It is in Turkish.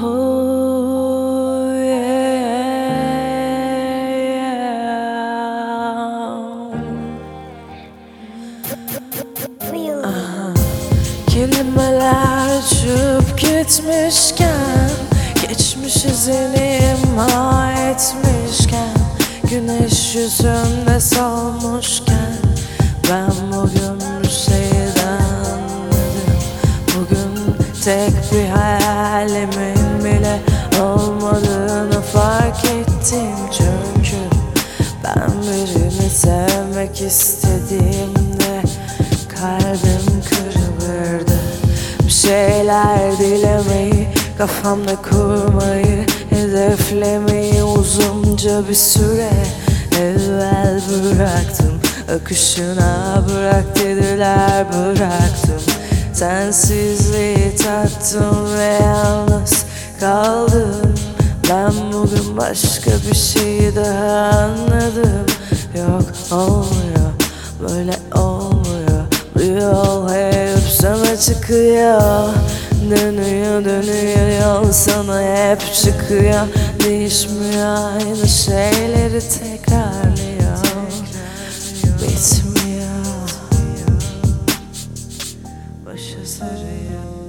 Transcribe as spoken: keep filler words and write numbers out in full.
Oh, yeah, yeah. Aha. Kelimeler uçup gitmişken, geçmiş izini imha etmişken, güneş yüzümde solmuşken, ben bugün bir şeyden anladım. Bugün tek bir hayalimin bile olmadığını fark ettim. Çünkü ben birini sevmek istediğimde kalbim kırılırdı. Bir şeyler dilemeyi, kafamda kurmayı, hedeflemeyi uzunca bir süre evvel bıraktım. Akışına bırak dediler, bıraktım. Sensizliği tattım ve yalnız kaldım. Ben bugün başka bir şey daha anladım. Yok, olmuyor, böyle olmuyor. Bu yol hep sana çıkıyor. Dönüyor dönüyor yol sana hep çıkıyor. Değişmiyor, aynı şeyleri tekrarlıyor. Bitmiyor, başa sarıyor.